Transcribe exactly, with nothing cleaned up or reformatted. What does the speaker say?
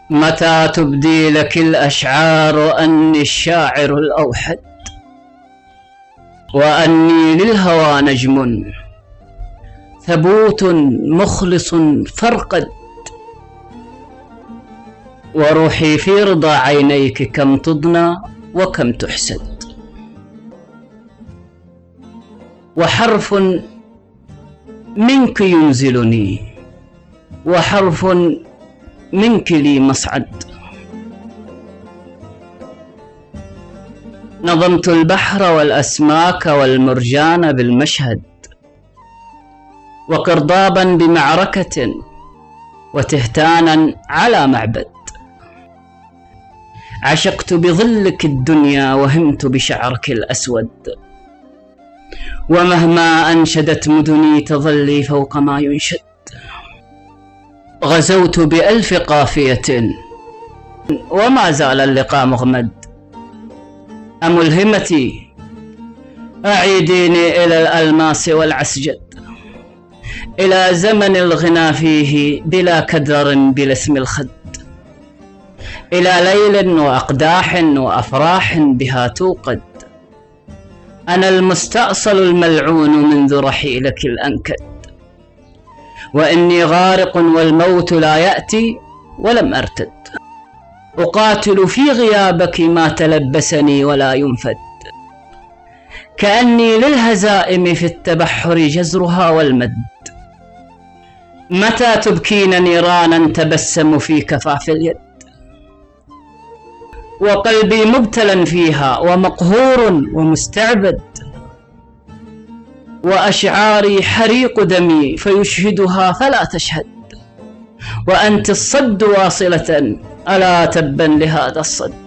متى تبدي لك الأشعار أني الشاعر الأوحد، وأني للهوى نجم ثبوت مخلص فرقد، وروحي في رضا عينيك كم تضنى وكم تحسد، وحرف منك ينزلني وحرف منك لي مصعد. نظمت البحر والأسماك والمرجان بالمشهد، وقرضابا بمعركة وتهتانا على معبد. عشقت بظلك الدنيا وهمت بشعرك الأسود، ومهما أنشدت مدني تظلي فوق ما ينشد. غزوت بألف قافية وما زال اللقاء مغمد. أملهمتي أعيديني إلى الألماس والعسجد، إلى زمن الغنى فيه بلا كدر بلثم الخد، إلى ليل وأقداح وأفراح بها توقد. أنا المستأصل الملعون منذ رحيلك الأنكد، وإني غارق والموت لا يأتي ولم أرتد. أقاتل في غيابك ما تلبسني ولا ينفد، كأني للهزائم في التبحر جزرها والمد. متى تبكين نيرانا تبسم في كفاف اليد، وقلبي مبتلا فيها ومقهور ومستعبد، وأشعاري حريق دمي فيشهدها فلا تشهد. وأنت الصد واصلة، ألا تبا لهذا الصد.